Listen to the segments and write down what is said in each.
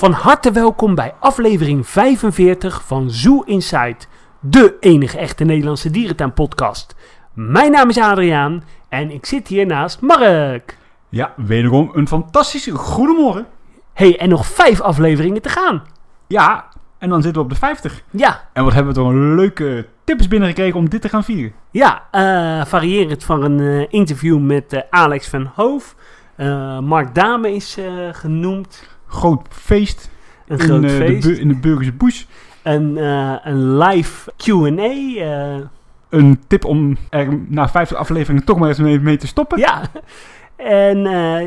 Van harte welkom bij aflevering 45 van Zoo Inside, de enige echte Nederlandse dierentuinpodcast. Mijn naam is Adriaan en ik zit hier naast Mark. Ja, wederom een fantastische goedemorgen. Hey, en nog 5 afleveringen te gaan. Ja, en dan zitten we op de 50. Ja. En wat hebben we toch een leuke tips binnengekregen om dit te gaan vieren. Ja, variërend van een interview met Alex van Hoof. Mark Dame is genoemd. Groot feest. Een groot feest. In de Burgerse Bush. Een live Q&A. Een tip om er na 50 afleveringen toch maar eens mee te stoppen. Ja. En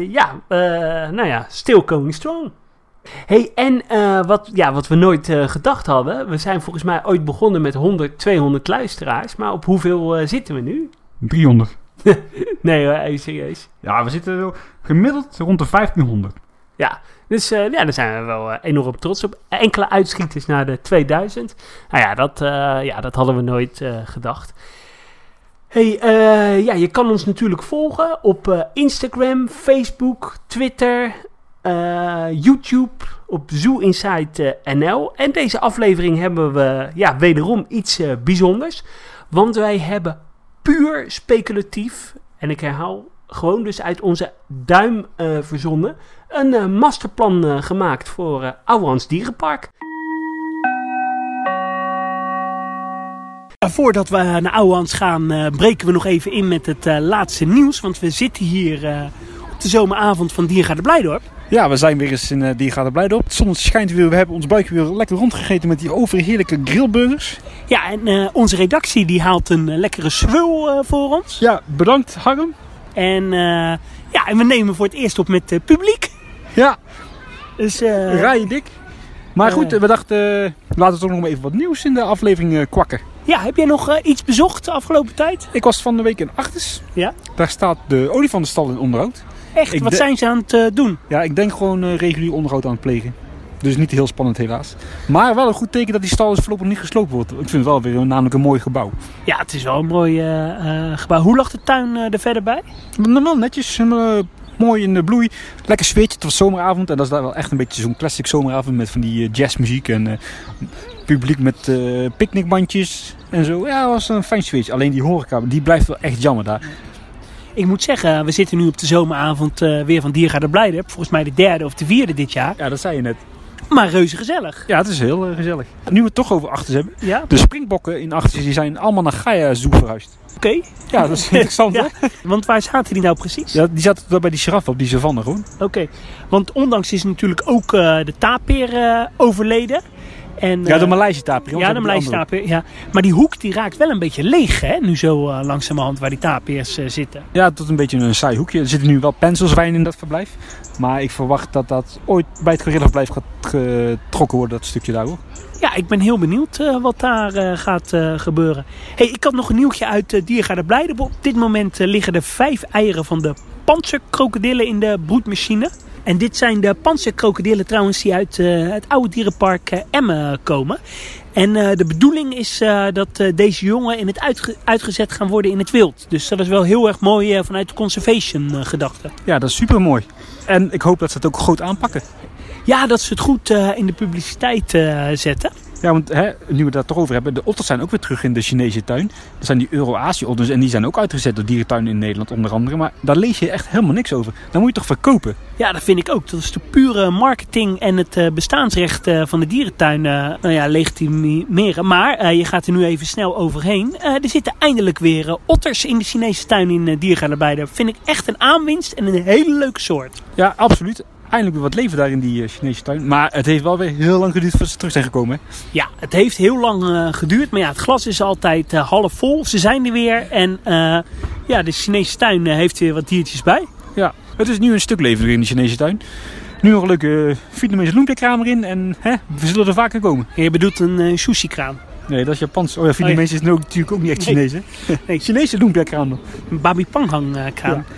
still going strong. Hey, en wat we nooit gedacht hadden. We zijn volgens mij ooit begonnen met 100, 200 luisteraars. Maar op hoeveel zitten we nu? 300. Nee hoor, even serieus. Ja, we zitten gemiddeld rond de 1500. Ja, dus daar zijn we wel enorm trots op. Enkele uitschieters naar de 2000. Nou ja, dat hadden we nooit gedacht. Hey, je kan ons natuurlijk volgen op Instagram, Facebook, Twitter, YouTube, op Zoo Inside NL. En deze aflevering hebben we wederom iets bijzonders. Want wij hebben puur speculatief, en ik herhaal, gewoon dus uit onze duim verzonnen, een masterplan gemaakt voor Ouwehands Dierenpark. Voordat we naar Ouwehands gaan, breken we nog even in met het laatste nieuws. Want we zitten hier op de zomeravond van Diergaarde Blijdorp. Ja, we zijn weer eens in Diergaarde Blijdorp. Het zonnetje schijnt weer. We hebben ons buikje weer lekker rondgegeten met die overheerlijke grillburgers. Ja, en onze redactie die haalt een lekkere swul voor ons. Ja, bedankt Harm. En we nemen voor het eerst op met publiek. Ja, dus, raaien dik. Maar goed, we dachten, laten we toch nog maar even wat nieuws in de aflevering kwakken. Ja, heb jij nog iets bezocht de afgelopen tijd? Ik was van de week in Achters. Ja. Daar staat de olifantenstal in onderhoud. Echt? Wat zijn ze aan het doen? Ja, ik denk gewoon regulier onderhoud aan het plegen. Dus niet heel spannend helaas. Maar wel een goed teken dat die stal dus voorlopig niet gesloopt wordt. Ik vind het wel weer namelijk een mooi gebouw. Ja, het is wel een mooi gebouw. Hoe lag de tuin er verder bij? Nou, netjes. Mooi in de bloei. Lekker sfeertje. Het was zomeravond. En dat is daar wel echt een beetje zo'n classic zomeravond. Met van die jazzmuziek en publiek met picknickbandjes en zo. Ja, dat was een fijn sfeertje. Alleen die horeca, die blijft wel echt jammer daar. Ik moet zeggen, we zitten nu op de zomeravond weer van Diergaarde Blijdorp. Volgens mij de 3e of de 4e dit jaar. Ja, dat zei je net. Maar reuze gezellig. Ja, het is heel gezellig. Nu we het toch over Achters hebben. Ja? De springbokken in Achters die zijn allemaal naar Gaia Zoo verhuisd. Oké. Ja, dat is interessant hè? Want waar zaten die nou precies? Ja, die zaten daar bij die giraffe op die savanne gewoon. Oké. Want ondanks is natuurlijk ook de tapir overleden. En, ja, de Maleische tapir. Ja, de Maleische tapir. Ja. Maar die hoek die raakt wel een beetje leeg, hè? Nu zo langzamerhand waar die tapirs zitten. Ja, tot een beetje een saai hoekje. Er zitten nu wel penselzwijnen in dat verblijf. Maar ik verwacht dat dat ooit bij het gorillaverblijf gaat getrokken worden, dat stukje daar hoor. Ja, ik ben heel benieuwd wat daar gaat gebeuren. Hey, ik had nog een nieuwtje uit Diergaarde Blijdorp. Op dit moment liggen er 5 eieren van de panzerkrokodillen in de broedmachine. En dit zijn de panzerkrokodillen trouwens die uit het oude dierenpark Emmen komen. En de bedoeling is dat deze jongen in het uitgezet gaan worden in het wild. Dus dat is wel heel erg mooi vanuit de conservation gedachte. Ja, dat is super mooi. En ik hoop dat ze het ook goed aanpakken. Ja, dat ze het goed in de publiciteit zetten. Ja, want nu we het daar toch over hebben, de otters zijn ook weer terug in de Chinese tuin. Dat zijn die Euro-Azië-otters en die zijn ook uitgezet door dierentuinen in Nederland onder andere. Maar daar lees je echt helemaal niks over. Dan moet je toch verkopen? Ja, dat vind ik ook. Dat is de pure marketing en het bestaansrecht van de dierentuin legitimeren. Maar je gaat er nu even snel overheen. Er zitten eindelijk weer otters in de Chinese tuin in Diergaarde Blijdorp. Vind ik echt een aanwinst en een hele leuke soort. Ja, absoluut. Eindelijk weer wat leven daar in die Chinese tuin. Maar het heeft wel weer heel lang geduurd voordat ze terug zijn gekomen. Hè? Ja, het heeft heel lang geduurd. Maar ja, het glas is altijd half vol. Ze zijn er weer. En de Chinese tuin heeft weer wat diertjes bij. Ja, het is nu een stuk leven in de Chinese tuin. Nu nog een leuke Vietnamese lumpia-kraam erin. En we zullen er vaker komen. Je bedoelt een sushi-kraam? Nee, dat is Japans. Oh ja, Vietnamese is natuurlijk ook niet echt Chinees. Hè? Nee. Chinese lumpia-kraam dan. Een babi panghang-kraam. Ja.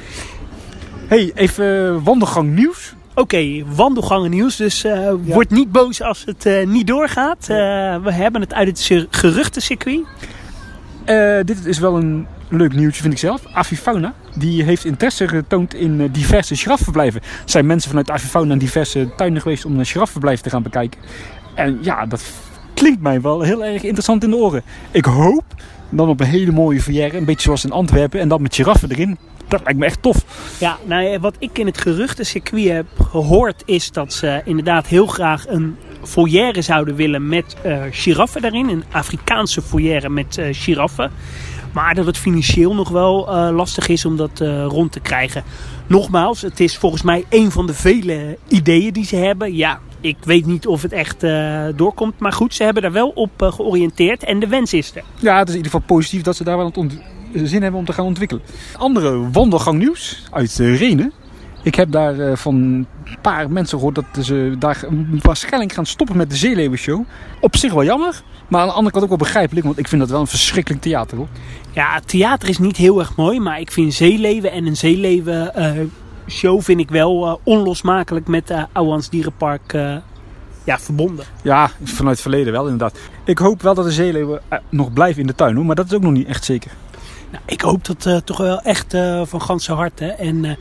Hey, even wandelgang nieuws. Oké, wandelgangen nieuws. Dus word niet boos als het niet doorgaat. We hebben het uit het geruchtencircuit. Dit is wel een leuk nieuwtje vind ik zelf. Avifauna, die heeft interesse getoond in diverse giraffenverblijven. Er zijn mensen vanuit Avifauna naar diverse tuinen geweest om een giraffenverblijf te gaan bekijken. En ja, dat klinkt mij wel heel erg interessant in de oren. Ik hoop dan op een hele mooie volière, een beetje zoals in Antwerpen, en dan met giraffen erin. Dat lijkt me echt tof. Ja, nou, wat ik in het geruchtencircuit heb gehoord is dat ze inderdaad heel graag een volière zouden willen met giraffen daarin. Een Afrikaanse volière met giraffen. Maar dat het financieel nog wel lastig is om dat rond te krijgen. Nogmaals, het is volgens mij een van de vele ideeën die ze hebben. Ja, ik weet niet of het echt doorkomt. Maar goed, ze hebben daar wel op georiënteerd en de wens is er. Ja, het is in ieder geval positief dat ze daar wel zin hebben om te gaan ontwikkelen. Andere wandelgang nieuws uit Renen. Ik heb daar van een paar mensen gehoord dat ze daar waarschijnlijk gaan stoppen met de Zeeleeuwenshow. Op zich wel jammer, maar aan de andere kant ook wel begrijpelijk, want ik vind dat wel een verschrikkelijk theater, hoor. Ja, het theater is niet heel erg mooi, maar ik vind zeeleeuwen en een zeeleeuwen show vind ik wel onlosmakelijk met Ouwehans Dierenpark verbonden. Ja, vanuit het verleden wel inderdaad. Ik hoop wel dat de zeeleeuwen nog blijven in de tuin, hoor, maar dat is ook nog niet echt zeker. Nou, ik hoop dat toch wel echt van ganse harte. En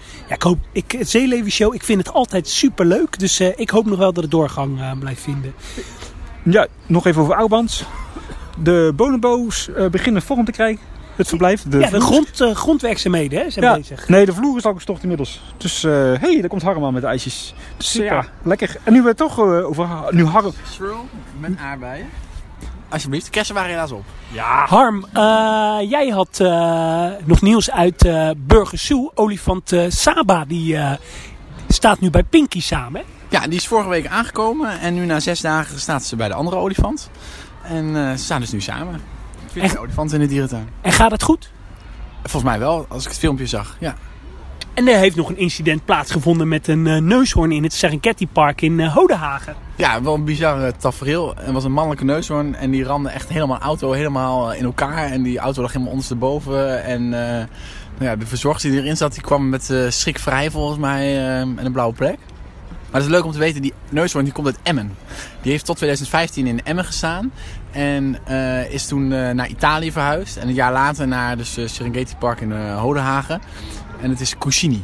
het Zeeleeuwenshow, ik vind het altijd super leuk. Dus ik hoop nog wel dat het doorgang blijft vinden. Ja, nog even over Ouwehans. De bonenbo's beginnen vorm te krijgen. Het verblijf. De grondwerkzaamheden hè, zijn bezig. Nee, de vloer is al gestort inmiddels. Dus daar komt Harm aan met de ijsjes. Dus super. Ja, lekker. En nu we het toch over Harm. Swirl met aardbeien. Alsjeblieft, de kersen waren helaas op. Ja. Harm, jij had nog nieuws uit Burgersoe. Olifant Saba, die staat nu bij Pinky samen. Hè? Ja, die is vorige week aangekomen en nu na 6 dagen staat ze bij de andere olifant. En ze staan dus nu samen. 40 olifanten in de dierentuin. En gaat het goed? Volgens mij wel, als ik het filmpje zag, ja. En er heeft nog een incident plaatsgevonden met een neushoorn in het Serengeti Park in Hodenhagen. Ja, wel een bizar tafereel. Er was een mannelijke neushoorn en die ramde echt helemaal een auto helemaal in elkaar. En die auto lag helemaal ondersteboven. En de verzorgster die erin zat, die kwam met schrik vrij volgens mij en een blauwe plek. Maar het is leuk om te weten, die neushoorn die komt uit Emmen. Die heeft tot 2015 in Emmen gestaan. En is toen naar Italië verhuisd. En een jaar later naar dus Serengeti Park in Hodenhagen. En het is Cusini.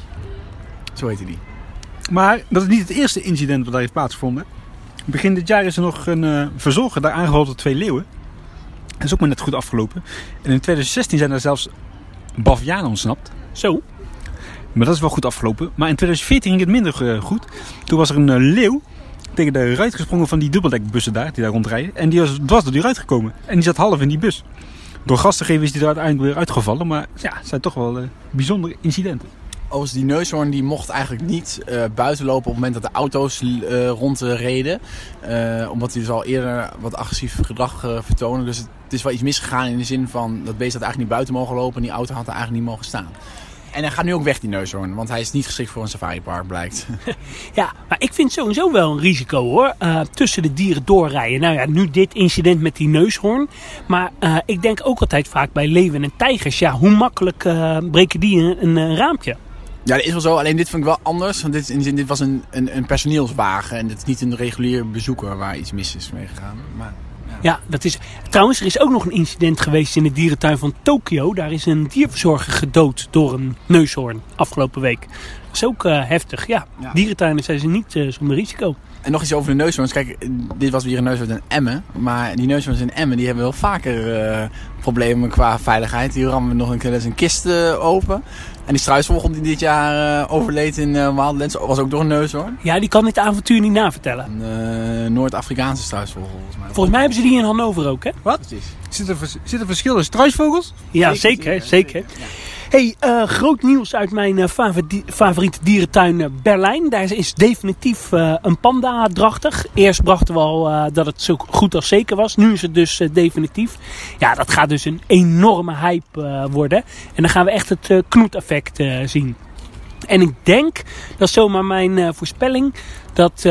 Zo heette die. Maar dat is niet het eerste incident wat daar heeft plaatsgevonden. Begin dit jaar is er nog een verzorger daar aangehouden door 2 leeuwen. Dat is ook maar net goed afgelopen. En in 2016 zijn er zelfs bavianen ontsnapt. Zo. Maar dat is wel goed afgelopen. Maar in 2014 ging het minder goed. Toen was er een leeuw tegen de ruit gesprongen van die dubbeldekbussen daar, die daar rondrijden. En die was dwars door die ruit gekomen. En die zat half in die bus. Door gas te geven is die er uiteindelijk weer uitgevallen. Maar ja, het zijn toch wel bijzondere incidenten. Overigens, die neushoorn die mocht eigenlijk niet buiten lopen op het moment dat de auto's rondreden. Omdat hij dus al eerder wat agressief gedrag vertoonde. Dus het is wel iets misgegaan in de zin van dat beest had eigenlijk niet buiten mogen lopen. En die auto had er eigenlijk niet mogen staan. En hij gaat nu ook weg, die neushoorn. Want hij is niet geschikt voor een safaripark, blijkt. Ja, maar ik vind sowieso wel een risico hoor. Tussen de dieren doorrijden. Nou ja, nu dit incident met die neushoorn. Maar ik denk ook altijd vaak bij leeuwen en tijgers. Ja, hoe makkelijk breken die een raampje? Ja, dat is wel zo. Alleen dit vind ik wel anders. Want dit was een personeelswagen. En dit is niet een regulier bezoeker waar iets mis is mee gegaan. Maar... Ja, dat is... Trouwens, er is ook nog een incident geweest in de dierentuin van Tokio. Daar is een dierverzorger gedood door een neushoorn afgelopen week. Dat is ook heftig. Ja, dierentuinen zijn ze niet zonder risico. En nog iets over de neushoorns. Kijk, dit was weer een neushoorn in Emmen. Maar die neushoorns in Emmen die hebben wel vaker problemen qua veiligheid. Die rammen nog een kist open. En die struisvogel die dit jaar overleed in Wildlands was ook door een neushoorn. Ja, die kan dit avontuur niet navertellen. Een Noord-Afrikaanse struisvogel volgens mij. Volgens mij hebben ze die in Hannover ook, hè? Wat? Zit er verschil in struisvogels? Ja, zeker. Ja. Hey, groot nieuws uit mijn favoriete dierentuin Berlijn. Daar is definitief een panda drachtig. Eerst brachten we al dat het zo goed als zeker was. Nu is het dus definitief. Ja, dat gaat dus een enorme hype worden. En dan gaan we echt het knoeteffect zien. En ik denk, dat is zomaar mijn voorspelling, dat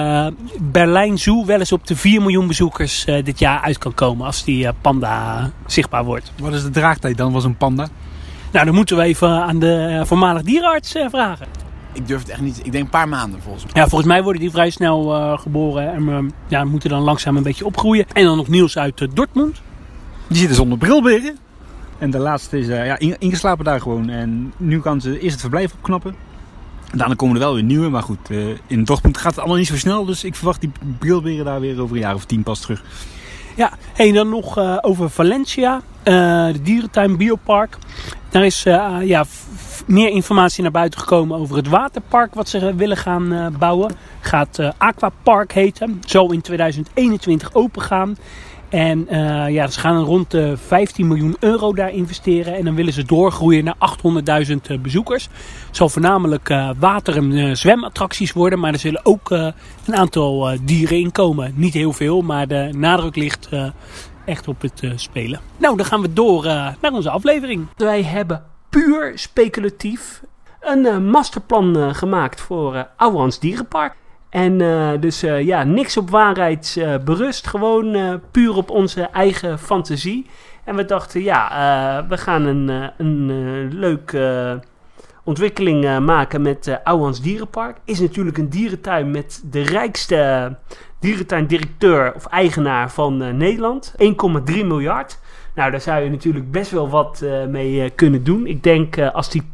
Berlijn Zoo wel eens op de 4 miljoen bezoekers dit jaar uit kan komen als die panda zichtbaar wordt. Wat is de draagtijd dan van zo'n panda? Nou, dan moeten we even aan de voormalig dierenarts vragen. Ik durf het echt niet. Ik denk een paar maanden volgens mij. Ja, volgens mij worden die vrij snel geboren. En moeten dan langzaam een beetje opgroeien. En dan nog nieuws uit Dortmund. Die zitten zonder brilberen. En de laatste is ingeslapen daar gewoon. En nu kan ze eerst het verblijf opknappen. Daarna komen er wel weer nieuwe. Maar goed, in Dortmund gaat het allemaal niet zo snel. Dus ik verwacht die brilberen daar weer over een jaar of 10 pas terug. Ja, en dan nog over Valencia, de dierentuin Biopark. Daar is meer informatie naar buiten gekomen over het waterpark wat ze willen gaan bouwen. Gaat Aquapark heten, zal in 2021 open gaan. En ze gaan rond de 15 miljoen euro daar investeren. En dan willen ze doorgroeien naar 800.000 bezoekers. Het zal voornamelijk water- en zwemattracties worden. Maar er zullen ook een aantal dieren in komen. Niet heel veel, maar de nadruk ligt echt op het spelen. Nou, dan gaan we door naar onze aflevering. Wij hebben puur speculatief een masterplan gemaakt voor Ouwehands Dierenpark. En niks op waarheid berust. Gewoon puur op onze eigen fantasie. En we dachten, we gaan een leuke ontwikkeling maken met Ouwehands Dierenpark. Is natuurlijk een dierentuin met de rijkste dierentuindirecteur of eigenaar van Nederland. 1,3 miljard. Nou, daar zou je natuurlijk best wel wat mee kunnen doen. Ik denk als die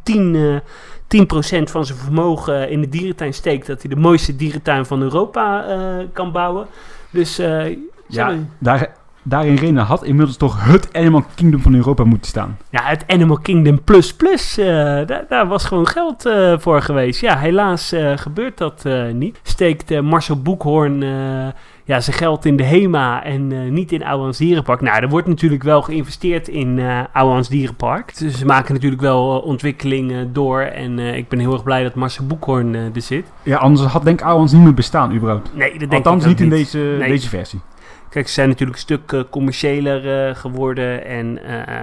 10% van zijn vermogen in de dierentuin steekt, dat hij de mooiste dierentuin van Europa kan bouwen. Dus daarin Renen had inmiddels toch het Animal Kingdom van Europa moeten staan. Ja, het Animal Kingdom plus. Daar was gewoon geld voor geweest. Ja, helaas gebeurt dat niet. Steekt Marcel Boekhoorn zijn geld in de HEMA en niet in Ouwehands Dierenpark. Nou, er wordt natuurlijk wel geïnvesteerd in Ouwehands Dierenpark. Dus ze maken natuurlijk wel ontwikkelingen door. En ik ben heel erg blij dat Marcel Boekhoorn er zit. Ja, anders had denk ik Ouwehands niet meer bestaan überhaupt. Nee, dat denk althans ik ook niet in niet. deze versie. Kijk, ze zijn natuurlijk een stuk commerciëler geworden. En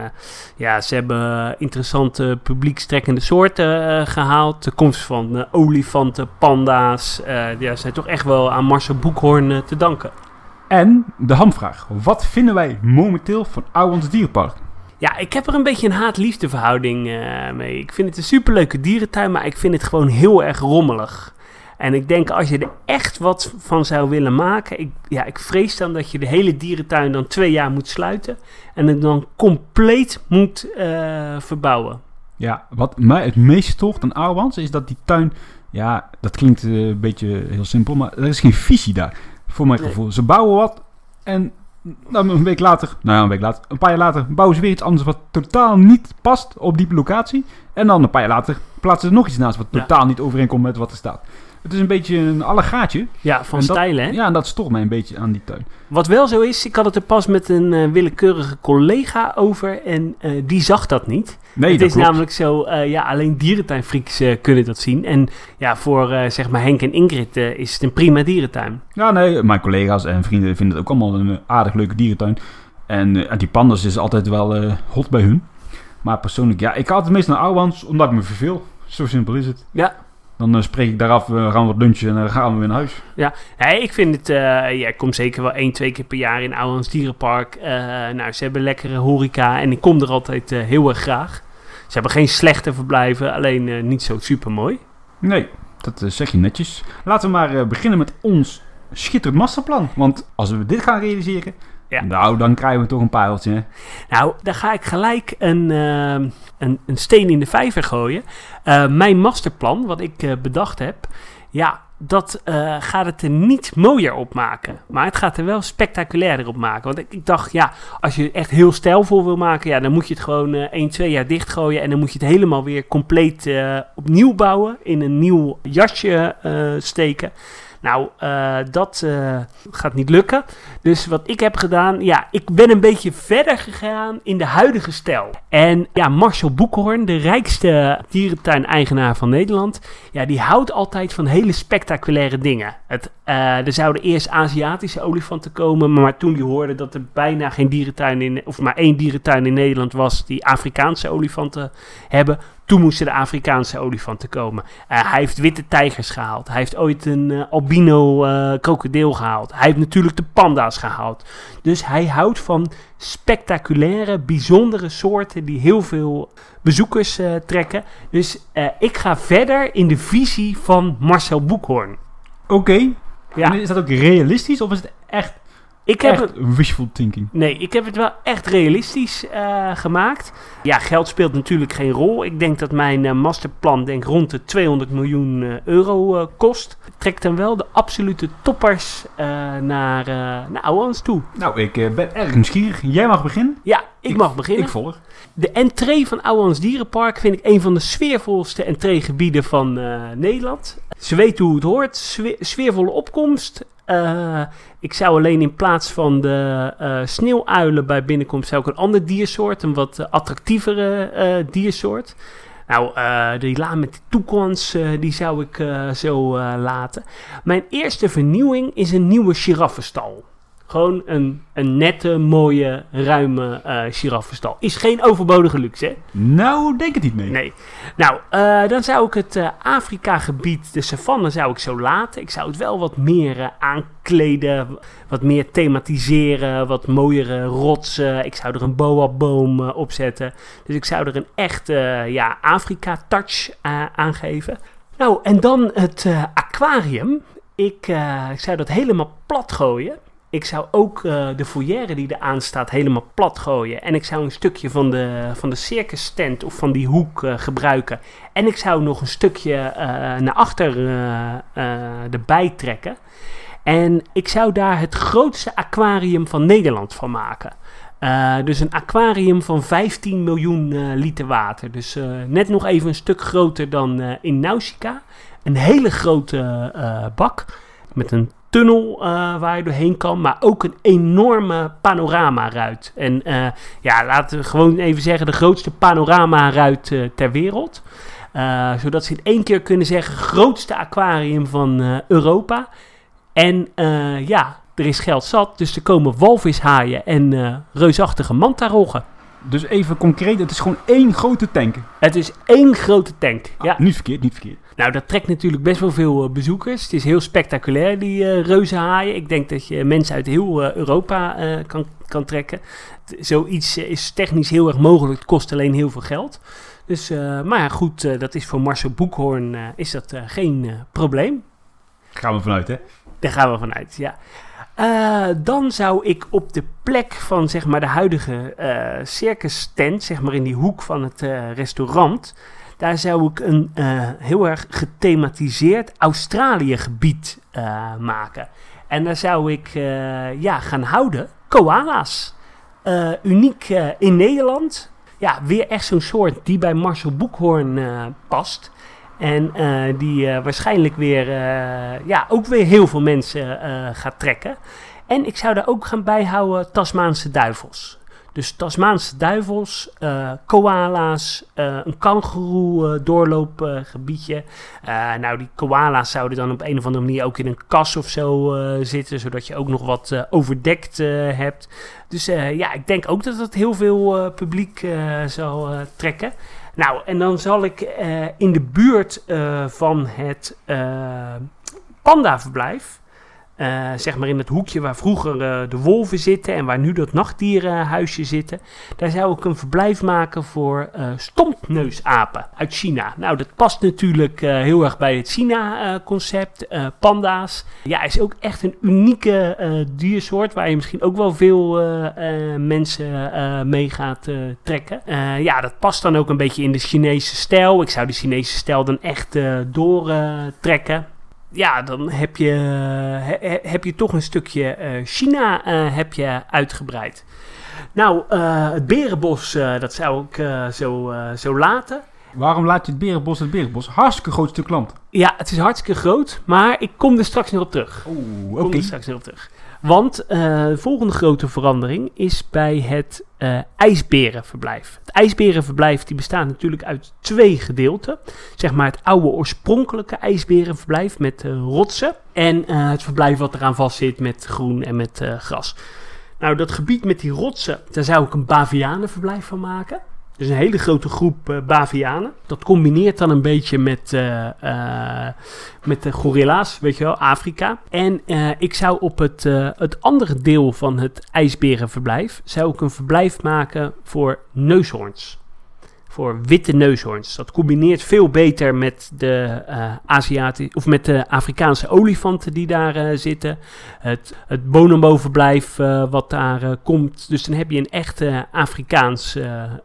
ze hebben interessante publiekstrekkende soorten gehaald. De komst van olifanten, panda's. Zijn toch echt wel aan Marcel Boekhoorn te danken. En de hamvraag. Wat vinden wij momenteel van Ouwehands Dierenpark? Ja, ik heb er een beetje een haat-liefde verhouding mee. Ik vind het een superleuke dierentuin, maar ik vind het gewoon heel erg rommelig. En ik denk, als je er echt wat van zou willen maken, ik vrees dan dat je de hele dierentuin dan 2 jaar moet sluiten en het dan compleet moet verbouwen. Ja, wat mij het meest stoort aan Ouwehands is dat die tuin, ja, dat klinkt een beetje heel simpel, maar er is geen visie daar, voor mijn gevoel. Ze bouwen wat en dan een paar jaar later bouwen ze weer iets anders wat totaal niet past op die locatie. En dan een paar jaar later plaatsen ze er nog iets naast wat totaal niet overeenkomt met wat er staat. Het is een beetje een allegaatje. Ja, van stijl, hè? Ja, en dat stoort mij een beetje aan die tuin. Wat wel zo is, ik had het er pas met een willekeurige collega over en die zag dat niet. Nee, het dat is klopt. namelijk zo, alleen dierentuinfreaks kunnen dat zien. En ja, voor Henk en Ingrid is het een prima dierentuin. Ja, nee, mijn collega's en vrienden vinden het ook allemaal een aardig leuke dierentuin. En die pandas is altijd wel hot bij hun. Maar persoonlijk, ja, ik ga altijd meest naar Ouwehands omdat ik me verveel. Zo simpel is het. Ja. Dan spreek ik daar af, we gaan wat lunchen en dan gaan we weer naar huis. Ja, hey, ik vind het... ik kom zeker wel 1-2 keer per jaar in Ouwehands Dierenpark. Ze hebben lekkere horeca en ik kom er altijd heel erg graag. Ze hebben geen slechte verblijven, alleen niet zo super mooi. Nee, dat zeg je netjes. Laten we maar beginnen met ons schitterend masterplan. Want als we dit gaan realiseren... Ja. Nou, dan krijgen we toch een pareltje. Hè? Nou, dan ga ik gelijk een steen in de vijver gooien. Mijn masterplan, wat ik bedacht heb, ja, dat gaat het er niet mooier op maken. Maar het gaat er wel spectaculairder op maken. Want ik dacht, ja, als je echt heel stijlvol wil maken, ja, dan moet je het gewoon 1-2 jaar dichtgooien. En dan moet je het helemaal weer compleet opnieuw bouwen. In een nieuw jasje steken. Nou, dat gaat niet lukken. Dus wat ik heb gedaan, ja, ik ben een beetje verder gegaan in de huidige stijl. En ja, Marcel Boekhoorn, de rijkste dierentuin-eigenaar van Nederland, ja, die houdt altijd van hele spectaculaire dingen. Er zouden eerst Aziatische olifanten komen, maar toen hij hoorde dat er bijna geen dierentuin of maar 1 dierentuin in Nederland was die Afrikaanse olifanten hebben, toen moesten de Afrikaanse olifanten komen. Hij heeft witte tijgers gehaald. Hij heeft ooit een albino krokodil gehaald. Hij heeft natuurlijk de panda's gehaald. Dus hij houdt van spectaculaire, bijzondere soorten die heel veel bezoekers trekken. Dus ik ga verder in de visie van Marcel Boekhoorn. Oké. Ja. Is dat ook realistisch of is het echt Ik heb Echt wishful thinking. Nee, ik heb het wel echt realistisch gemaakt. Ja, geld speelt natuurlijk geen rol. Ik denk dat mijn masterplan rond de 200 miljoen euro kost. Trekt dan wel de absolute toppers naar Ouwehands toe. Nou, ik ben erg nieuwsgierig. Jij mag beginnen. Ja, ik mag beginnen. Ik volg. De entree van Ouwehands Dierenpark vind ik een van de sfeervolste entreegebieden van Nederland. Ze weten hoe het hoort. Sfeervolle opkomst. Ik zou alleen in plaats van de sneeuwuilen bij binnenkomst zou ik een ander diersoort, een wat attractievere diersoort. Nou, die laan met die toekans, die zou ik zo laten. Mijn eerste vernieuwing is een nieuwe giraffenstal. Gewoon een nette, mooie, ruime giraffenstal. Is geen overbodige luxe, hè? Nou, denk het niet mee. Nee. Nou, dan zou ik het Afrika-gebied, de savanne, zou ik zo laten. Ik zou het wel wat meer aankleden, wat meer thematiseren, wat mooiere rotsen. Ik zou er een boaboom op zetten. Dus ik zou er een echte Afrika-touch aan geven. Nou, en dan het aquarium. Ik zou dat helemaal plat gooien. Ik zou ook de foyer die eraan staat helemaal plat gooien. En ik zou een stukje van de circus tent of van die hoek gebruiken. En ik zou nog een stukje naar achter erbij trekken. En ik zou daar het grootste aquarium van Nederland van maken. Dus een aquarium van 15 miljoen liter water. Dus net nog even een stuk groter dan in Nausicaa. Een hele grote bak met een tunnel waar je doorheen kan, maar ook een enorme panoramaruit. En laten we gewoon even zeggen de grootste panoramaruit ter wereld. Zodat ze in één keer kunnen zeggen grootste aquarium van Europa. En er is geld zat, dus er komen walvishaaien en reusachtige mantaroggen. Dus even concreet, het is gewoon één grote tank. Het is één grote tank. Ja. Niet verkeerd. Nou, dat trekt natuurlijk best wel veel bezoekers. Het is heel spectaculair, die reuzenhaaien. Ik denk dat je mensen uit heel Europa kan trekken. Zoiets is technisch heel erg mogelijk. Het kost alleen heel veel geld. Dus, maar ja, goed, dat is voor Marcel Boekhoorn is dat geen probleem. Daar gaan we vanuit, hè? Daar gaan we vanuit, ja. Dan zou ik op de plek van zeg maar de huidige circus tent, zeg maar in die hoek van het restaurant, daar zou ik een heel erg gethematiseerd Australië gebied maken. En daar zou ik gaan houden koala's. Uniek in Nederland. Ja, weer echt zo'n soort die bij Marcel Boekhoorn past. En die waarschijnlijk weer, ook weer heel veel mensen gaat trekken. En ik zou daar ook gaan bijhouden Tasmaanse duivels. Dus Tasmaanse duivels, koala's, een kangoeroe doorloopgebiedje. Die koala's zouden dan op een of andere manier ook in een kas of zo zitten, zodat je ook nog wat overdekt hebt. Dus ik denk ook dat dat heel veel publiek zal trekken. Nou, en dan zal ik in de buurt van het pandaverblijf, zeg maar in het hoekje waar vroeger de wolven zitten en waar nu dat nachtdierenhuisje zitten, daar zou ik een verblijf maken voor stompneusapen uit China. Nou, dat past natuurlijk heel erg bij het China-concept. Panda's. Ja, is ook echt een unieke diersoort waar je misschien ook wel veel mensen mee gaat trekken. Dat past dan ook een beetje in de Chinese stijl. Ik zou de Chinese stijl dan echt doortrekken. Ja, dan heb je toch een stukje China heb je uitgebreid. Nou, het berenbos, dat zou ik zo laten. Waarom laat je het berenbos? Hartstikke groot stuk land. Ja, het is hartstikke groot, maar ik kom er straks nog op terug. Oké. Want de volgende grote verandering is bij het ijsberenverblijf. Het ijsberenverblijf die bestaat natuurlijk uit 2 gedeelten. Zeg maar het oude oorspronkelijke ijsberenverblijf met rotsen. En het verblijf wat eraan vast zit met groen en met gras. Nou, dat gebied met die rotsen, daar zou ik een bavianenverblijf van maken. Dus een hele grote groep bavianen. Dat combineert dan een beetje met de gorilla's, weet je wel, Afrika. En ik zou op het andere deel van het ijsberenverblijf, zou ik een verblijf maken voor neushoorns. voor witte neushoorns. Dat combineert veel beter met de met de Afrikaanse olifanten die daar zitten. Het bonobo-verblijf wat daar komt. Dus dan heb je een echt Afrikaans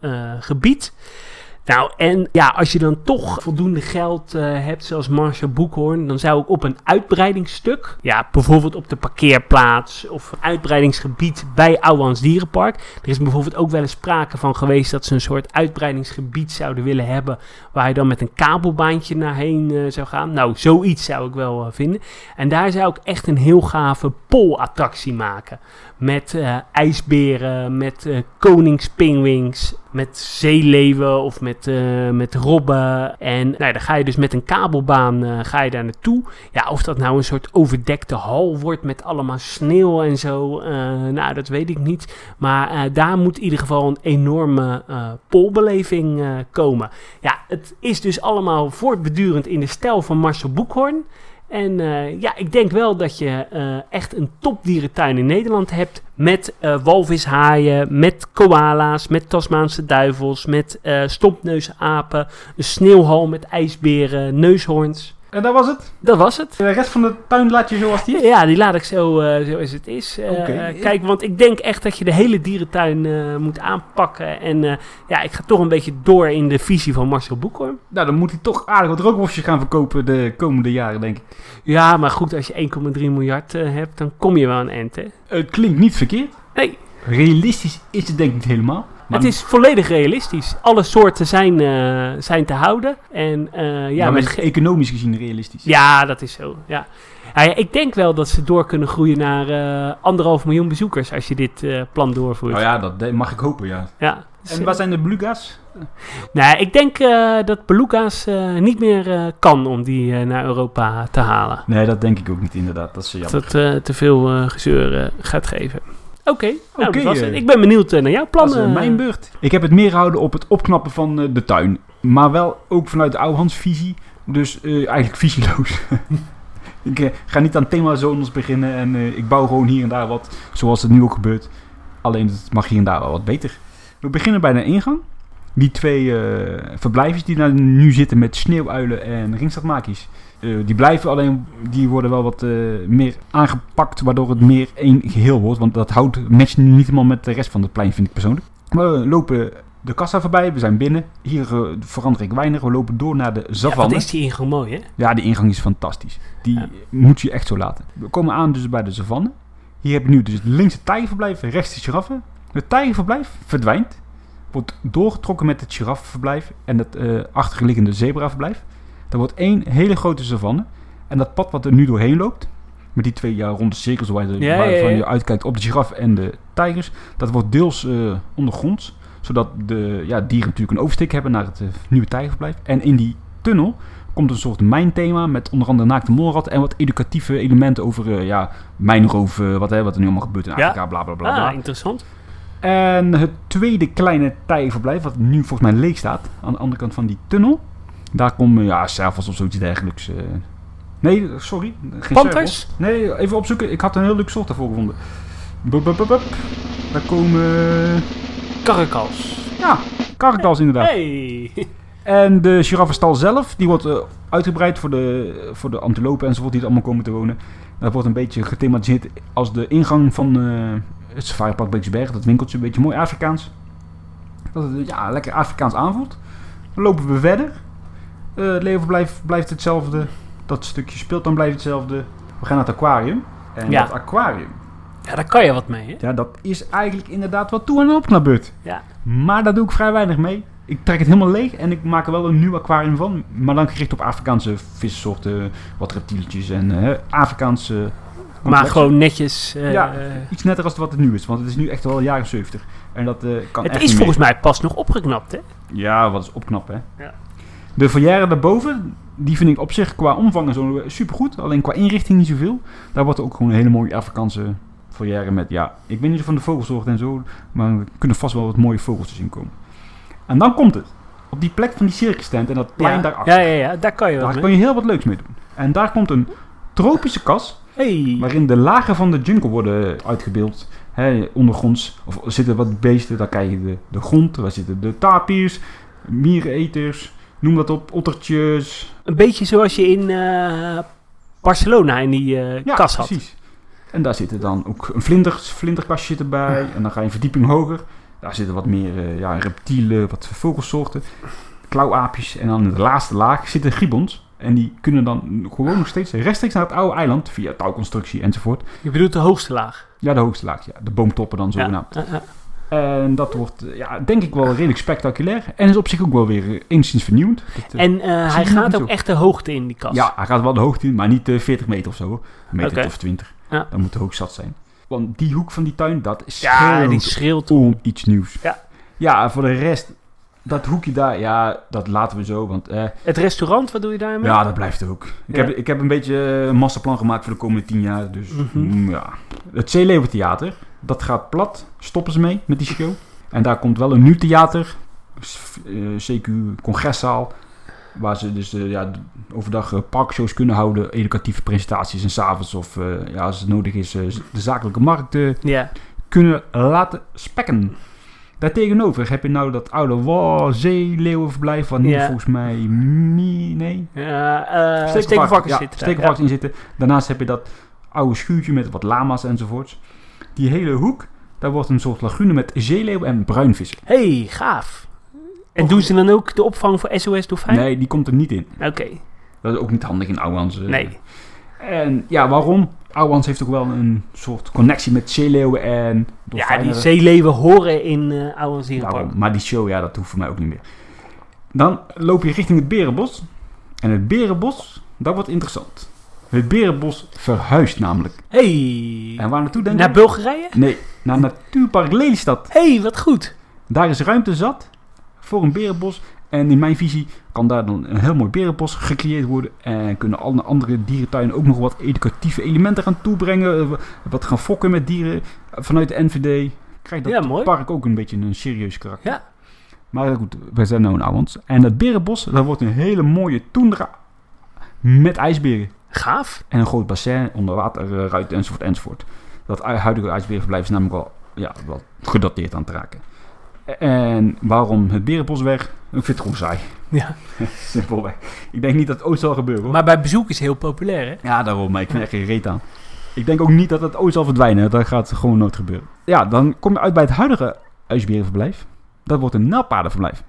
gebied. Nou, en ja, als je dan toch voldoende geld hebt, zoals Marcel Boekhoorn, dan zou ik op een uitbreidingsstuk, ja, bijvoorbeeld op de parkeerplaats of een uitbreidingsgebied bij Ouwehands Dierenpark. Er is bijvoorbeeld ook wel eens sprake van geweest dat ze een soort uitbreidingsgebied zouden willen hebben, waar je dan met een kabelbaantje naarheen zou gaan. Nou, zoiets zou ik wel vinden. En daar zou ik echt een heel gave poolattractie maken. Met ijsberen, met koningspingwings, met zeeleeuwen of met robben. En nou, dan ga je dus met een kabelbaan ga je daar naartoe. Ja, of dat nou een soort overdekte hal wordt met allemaal sneeuw en zo. Nou, dat weet ik niet. Maar daar moet in ieder geval een enorme poolbeleving komen. Ja, het is dus allemaal voortbedurend in de stijl van Marcel Boekhoorn. En ja, ik denk wel dat je echt een topdierentuin in Nederland hebt. Met walvishaaien, met koala's, met Tasmaanse duivels, met stompneusapen, een sneeuwhal met ijsberen, neushoorns. En dat was het? Dat was het. De rest van de tuin laat je zoals die is? Ja, die laat ik zo als het is. Kijk, want ik denk echt dat je de hele dierentuin moet aanpakken. En ja, ik ga toch een beetje door in de visie van Marcel Boekhoorn. Nou, dan moet hij toch aardig wat rookworstjes gaan verkopen de komende jaren, denk ik. Ja, maar goed, als je 1,3 miljard hebt, dan kom je wel aan end, hè? Het klinkt niet verkeerd. Nee. Realistisch is het denk ik niet helemaal. Maar het is volledig realistisch. Alle soorten zijn te houden. En, ja, maar met economisch gezien realistisch. Ja, dat is zo. Ja. Ja, ik denk wel dat ze door kunnen groeien naar 1,5 miljoen bezoekers als je dit plan doorvoert. Nou ja, dat mag ik hopen, ja. Ja. En waar zijn de beluga's? Nou, ik denk dat beluga's niet meer kan om die naar Europa te halen. Nee, dat denk ik ook niet inderdaad. Dat is jammer. Dat het te veel gezeur gaat geven. Oké, dat was het. Ik ben benieuwd naar jouw plannen. Dat is mijn beurt. Ik heb het meer gehouden op het opknappen van de tuin. Maar wel ook vanuit de Ouwehands visie. Dus eigenlijk visieloos. Ik ga niet aan themazones beginnen. En ik bouw gewoon hier en daar wat. Zoals het nu ook gebeurt. Alleen het mag hier en daar wel wat beter. We beginnen bij de ingang. Die 2 verblijfjes die daar nu zitten met sneeuwuilen en ringstadmakies. Die blijven, alleen die worden wel wat meer aangepakt, waardoor het meer één geheel wordt. Want dat matcht nu niet helemaal met de rest van het plein, vind ik persoonlijk. We lopen de kassa voorbij, we zijn binnen. Hier verander ik weinig, we lopen door naar de savanne. Ja, wat is die ingang mooi, hè? Ja, die ingang is fantastisch. Die moet je echt zo laten. We komen aan dus bij de savanne. Hier heb je nu dus het linkse tijgerverblijf, rechts de giraffen. Het tijgerverblijf verdwijnt. Wordt doorgetrokken met het giraffenverblijf en het achterliggende zebraverblijf. Er wordt 1 hele grote savanne. En dat pad wat er nu doorheen loopt, met die 2 ronde cirkels waarvan je uitkijkt op de giraffen en de tijgers, dat wordt deels ondergronds. Zodat de dieren natuurlijk een oversteek hebben naar het nieuwe tijgerverblijf. En in die tunnel komt een soort mijnthema met onder andere naakte molrat en wat educatieve elementen over mijnroof, wat er nu allemaal gebeurt in Afrika, bla bla bla. Ah, interessant. En het tweede kleine tijgerverblijf, wat nu volgens mij leeg staat, aan de andere kant van die tunnel. Daar komen, servals of zoiets dergelijks. Nee, sorry. Geen Panthers? Servals. Nee, even opzoeken. Ik had een heel leuk soort daarvoor gevonden. Daar komen... Karrekals. Ja, karrekals inderdaad. Hey. En de giraffenstal zelf, die wordt uitgebreid voor de antilopen enzovoort die er allemaal komen te wonen. Dat wordt een beetje gethematiseerd als de ingang van het Safaripark Beeksberg. Dat winkeltje, een beetje mooi Afrikaans. Dat het lekker Afrikaans aanvoelt. Dan lopen we verder. Het leeuwenverblijf blijft hetzelfde. Dat stukje speeltuin blijft hetzelfde. We gaan naar het aquarium. En dat aquarium... Ja, daar kan je wat mee, hè? Ja, dat is eigenlijk inderdaad wat toe- en opknapbeurt. Ja. Maar daar doe ik vrij weinig mee. Ik trek het helemaal leeg en ik maak er wel een nieuw aquarium van. Maar dan gericht op Afrikaanse vissoorten, wat reptieltjes en Afrikaanse... complexen. Maar gewoon netjes... iets netter als wat het nu is. Want het is nu echt wel jaren 70. En dat kan het echt is volgens mij pas nog opgeknapt, hè? Ja, wat is opknappen, hè? Ja. De foyer daarboven, die vind ik op zich qua omvang en zo supergoed. Alleen qua inrichting niet zoveel. Daar wordt ook gewoon een hele mooie Afrikaanse foyer met, ik weet niet van de vogelsoorten en zo, maar er kunnen vast wel wat mooie vogeltjes in komen. En dan komt het. Op die plek van die circus tent en dat plein daarachter. Ja, daar kan je wat Daar kan je heel wat leuks mee doen. En daar komt een tropische kas, waarin de lagen van de jungle worden uitgebeeld. Ondergronds, of er zitten wat beesten, daar krijg je de grond, daar zitten de tapirs. miereneters, noem dat op, ottertjes. Een beetje zoals je in Barcelona in die kas had. Precies. En daar zitten dan ook een vlinderkastje erbij. En dan ga je een verdieping hoger. Daar zitten wat meer reptielen, wat vogelsoorten, klauwaapjes. En dan in de laatste laag zitten gibbons. En die kunnen dan gewoon nog steeds rechtstreeks naar het oude eiland, via touwconstructie enzovoort. Je bedoelt de hoogste laag? Ja, de hoogste laag. Ja. De boomtoppen dan zogenaamd. En dat wordt, denk ik wel redelijk spectaculair. En is op zich ook wel weer enigszins vernieuwend. En hij gaat ook echt de hoogte in die kas? Ja, hij gaat wel de hoogte in, maar niet 40 meter of zo. Hoor. Een meter of 20. Ja. Dan moet de hoog zat zijn. Want die hoek van die tuin, dat is die schreeuwt om iets nieuws. Ja, voor de rest, dat hoekje daar, dat laten we zo. Want, het restaurant, wat doe je daarmee? Ja, dat blijft ook. Ik heb een beetje een masterplan gemaakt voor de komende 10 jaar. Dus Het Zeeleeuwentheater, dat gaat plat. Stoppen ze mee met die show. En daar komt wel een nieuw theater. CQ Congreszaal. Waar ze dus overdag parkshows kunnen houden. Educatieve presentaties. En s'avonds of als het nodig is de zakelijke markt kunnen laten spekken. Daartegenover heb je nou dat oude zeeleeuwenverblijf. Waar nu volgens mij stekelvarkens in zitten. Daarnaast heb je dat oude schuurtje met wat lama's enzovoorts. Die hele hoek, daar wordt een soort lagune met zeeleeuwen en bruinvissen. Hey, gaaf. En doen ze dan ook de opvang voor SOS Dolfijn? Nee, die komt er niet in. Oké. Dat is ook niet handig in Ouwehans. Nee. En waarom? Ouwehans heeft ook wel een soort connectie met zeeleeuwen en dolfijnen. Ja, die zeeleeuwen horen in Ouwehans Dierenpark. Maar die show, dat hoeft voor mij ook niet meer. Dan loop je richting het Berenbos. En het Berenbos, dat wordt interessant. Het Berenbos verhuist namelijk. Hey. En waar naartoe denk je? Naar Bulgarije? Nee, naar Natuurpark Lelystad. Hey, wat goed. Daar is ruimte zat voor een berenbos. En in mijn visie kan daar dan een heel mooi berenbos gecreëerd worden. En kunnen alle andere dierentuinen ook nog wat educatieve elementen gaan toebrengen. Wat gaan fokken met dieren. Vanuit de NVD krijgt dat park ook een beetje een serieus karakter. Ja. Maar goed, we zijn nou in Ouwehans. En dat berenbos, dat wordt een hele mooie toendra met ijsberen. Gaaf. En een groot bassin, onderwaterruiten enzovoort. Dat huidige ijsberenverblijf is namelijk wel gedateerd aan te raken. En waarom het Berenbos weg? Ik vind het gewoon saai. Ja. Simpelweg. Ik denk niet dat het ooit zal gebeuren. Hoor. Maar bij bezoek is het heel populair, hè? Ja, daarom. Maar ik vind er echt geen reet aan. Ik denk ook niet dat het ooit zal verdwijnen. Dat gaat gewoon nooit gebeuren. Ja, dan kom je uit bij het huidige ijsberenverblijf. Dat wordt een nijlpaardenverblijf.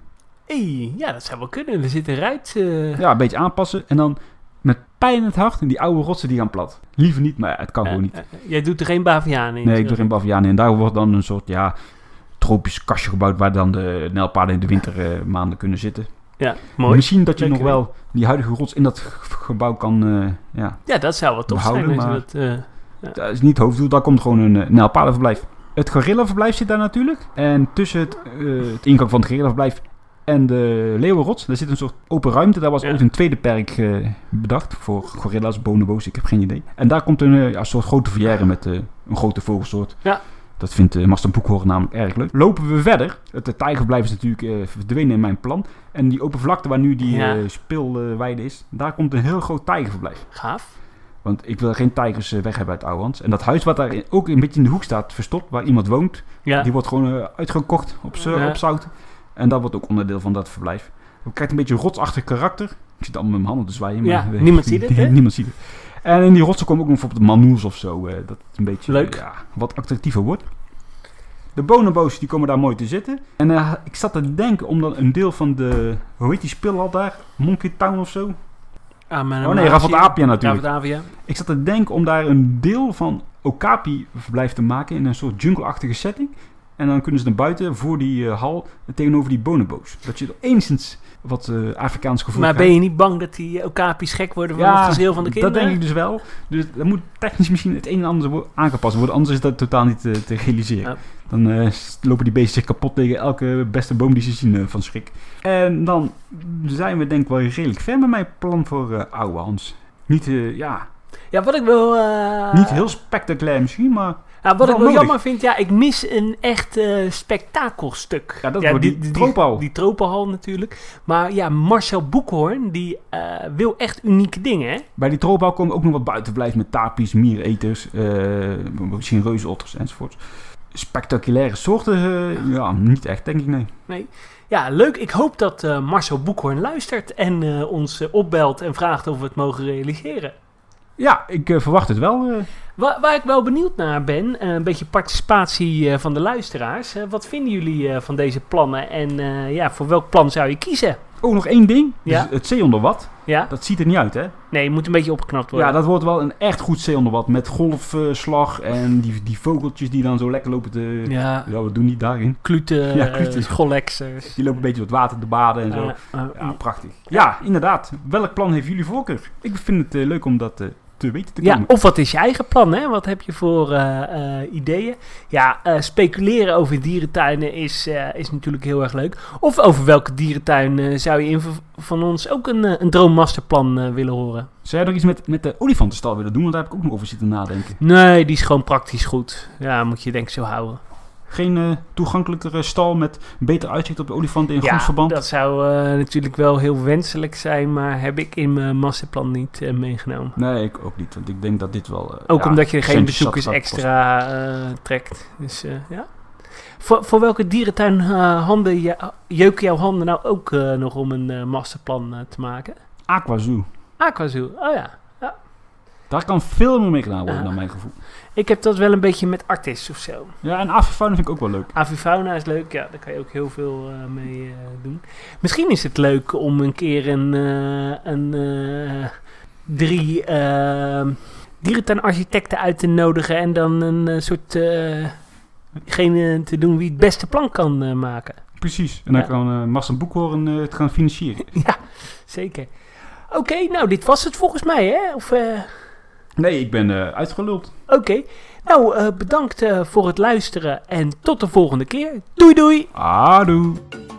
Dat zou wel kunnen. We zitten eruit. Ja, een beetje aanpassen. En dan met pijn in het hart. En die oude rotsen die gaan plat. Liever niet, maar het kan gewoon niet. Jij doet er geen bavianen in? Nee, ik doe er geen bavianen in. En daar wordt dan een soort, tropisch kastje gebouwd waar dan de nijlpaarden in de wintermaanden kunnen zitten. Ja, mooi. Misschien dat je nog wel die huidige rots in dat gebouw kan dat zou wel tof behouden, zijn. Maar dat is niet het hoofddoel. Daar komt gewoon een nijlpaardenverblijf. Het gorillaverblijf zit daar natuurlijk. En tussen het ingang van het gorillaverblijf en de leeuwenrots, daar zit een soort open ruimte. Daar was ooit een tweede perk bedacht voor gorilla's, bonobo's, ik heb geen idee. En daar komt een soort grote volière met een grote vogelsoort. Ja. Dat vindt Master Boekhoorn namelijk erg leuk. Lopen we verder. Het tijgerverblijf is natuurlijk verdwenen in mijn plan. En die open vlakte waar nu die speelweide is, daar komt een heel groot tijgerverblijf. Gaaf. Want ik wil geen tijgers weg hebben uit Ouwehans. En dat huis wat daar ook een beetje in de hoek staat, verstopt, waar iemand woont, die wordt gewoon uitgekocht op zout. En dat wordt ook onderdeel van dat verblijf. Het krijgt een beetje een rotsachtig karakter. Ik zit allemaal met mijn handen te zwaaien. Maar niemand ziet het, hè? Niemand ziet het. En in die rotsen komen ook nog bijvoorbeeld manoels of zo. Dat het een beetje leuk. Wat attractiever wordt. De bonobo's die komen daar mooi te zitten. En ik zat te denken om dan een deel van de, hoe heet die speelhal daar? Monkey Town of zo? Rafatapia natuurlijk. Rafatapia. Ik zat te denken om daar een deel van Okapi verblijf te maken in een soort jungle-achtige setting. En dan kunnen ze naar buiten voor die hal tegenover die bonobo's. Dat je er enigszins wat Afrikaans gevoel Maar krijgt. ben je niet bang dat die Okapi's gek worden van het gezeel van de kinderen? Dat denk ik dus wel. Dus er moet technisch misschien het een en ander aangepast worden. Anders is dat totaal niet te realiseren. Ja. Dan lopen die beesten zich kapot tegen elke beste boom die ze zien van schrik. En dan zijn we denk ik wel redelijk ver met mijn plan voor Ouwehans. Niet, Ja, wat ik wel... niet heel spectaculair misschien, maar... Nou, wat ik wel jammer vind, ik mis een echt spektakelstuk. Ja, dat wordt die tropenhal. Die tropenhal natuurlijk. Maar Marcel Boekhoorn, die wil echt unieke dingen, hè? Bij die tropenhal komen ook nog wat buitenverblijf met tapies, miereneters, misschien reuzotters enzovoort. spectaculaire soorten, ja, niet echt, denk ik, nee. Ja, leuk. Ik hoop dat Marcel Boekhoorn luistert en ons opbelt en vraagt of we het mogen realiseren. Ja, ik verwacht het wel. Waar ik wel benieuwd naar ben, een beetje participatie van de luisteraars. Wat vinden jullie van deze plannen en voor welk plan zou je kiezen? Oh, nog één ding. Ja? Dus het zee onder wat. Ja? Dat ziet er niet uit, hè? Nee, moet een beetje opgeknapt worden. Ja, dat wordt wel een echt goed zee onder wat. Met golfslag en die vogeltjes die dan zo lekker lopen te... Ja, wat doen die daarin? kluten, Ja, kluten. schollexers. Die lopen een beetje door het water te baden en zo. Ja, prachtig. Ja, inderdaad. Welk plan heeft jullie voorkeur? Ik vind het leuk om dat te weten te komen. Ja, of wat is je eigen plan, hè? Wat heb je voor ideeën? Ja, speculeren over dierentuinen is natuurlijk heel erg leuk. Of over welke dierentuin zou je van ons ook een droommasterplan willen horen? Zou jij nog iets met de olifantenstal willen doen? Want daar heb ik ook nog over zitten nadenken. Nee, die is gewoon praktisch goed. Ja, moet je denk ik zo houden. Geen toegankelijkere stal met beter uitzicht op de olifanten in groensverband? Ja, dat zou natuurlijk wel heel wenselijk zijn, maar heb ik in mijn masterplan niet meegenomen. Nee, ik ook niet, want ik denk dat dit wel... ook omdat je geen centjes bezoekers zat extra trekt. Dus ja. Voor welke dierentuin jeuken jouw handen nou ook nog om een masterplan te maken? Aquazoo. Aquazoo, oh ja. Daar kan veel meer mee gedaan worden, naar mijn gevoel. Ik heb dat wel een beetje met Artis of zo. Ja, en avifauna vind ik ook wel leuk. Avifauna is leuk, ja, daar kan je ook heel veel mee doen. Misschien is het leuk om een keer drie dierentuinarchitecten uit te nodigen en dan een soort degene te doen wie het beste plan kan maken. Precies, en dan kan Marcel Boekhoorn het gaan financieren. Ja, zeker. Oké, nou dit was het volgens mij, hè? Of... Nee, ik ben uitgeluld. Oké. Nou, bedankt voor het luisteren en tot de volgende keer. Doei doei! Adoe!